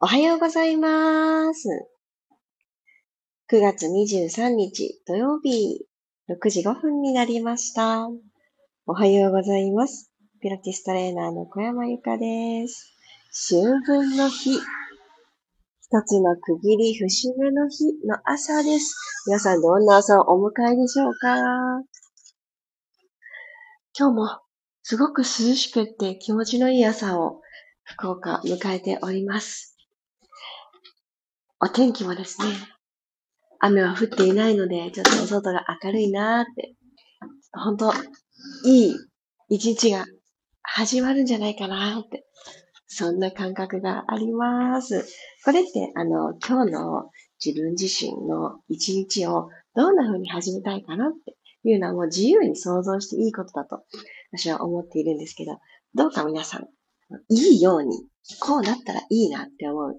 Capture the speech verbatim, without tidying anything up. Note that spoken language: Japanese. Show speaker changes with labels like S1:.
S1: おはようございます。くがつにじゅうさんにち土曜日、ろくじごふんになりました。おはようございます。ピラティストレーナーの小山由かです。秋分の日、一つの区切り節目の日の朝です。皆さんどんな朝をお迎えでしょうか？今日もすごく涼しくって気持ちのいい朝を福岡迎えております。お天気もですね、雨は降っていないので、ちょっとお外が明るいなーって、本当いい一日が始まるんじゃないかなーって、そんな感覚があります。これって、あの、今日の自分自身の一日をどんな風に始めたいかなっていうのはもう自由に想像していいことだと私は思っているんですけど、どうか皆さん、いいように、こうなったらいいなって思う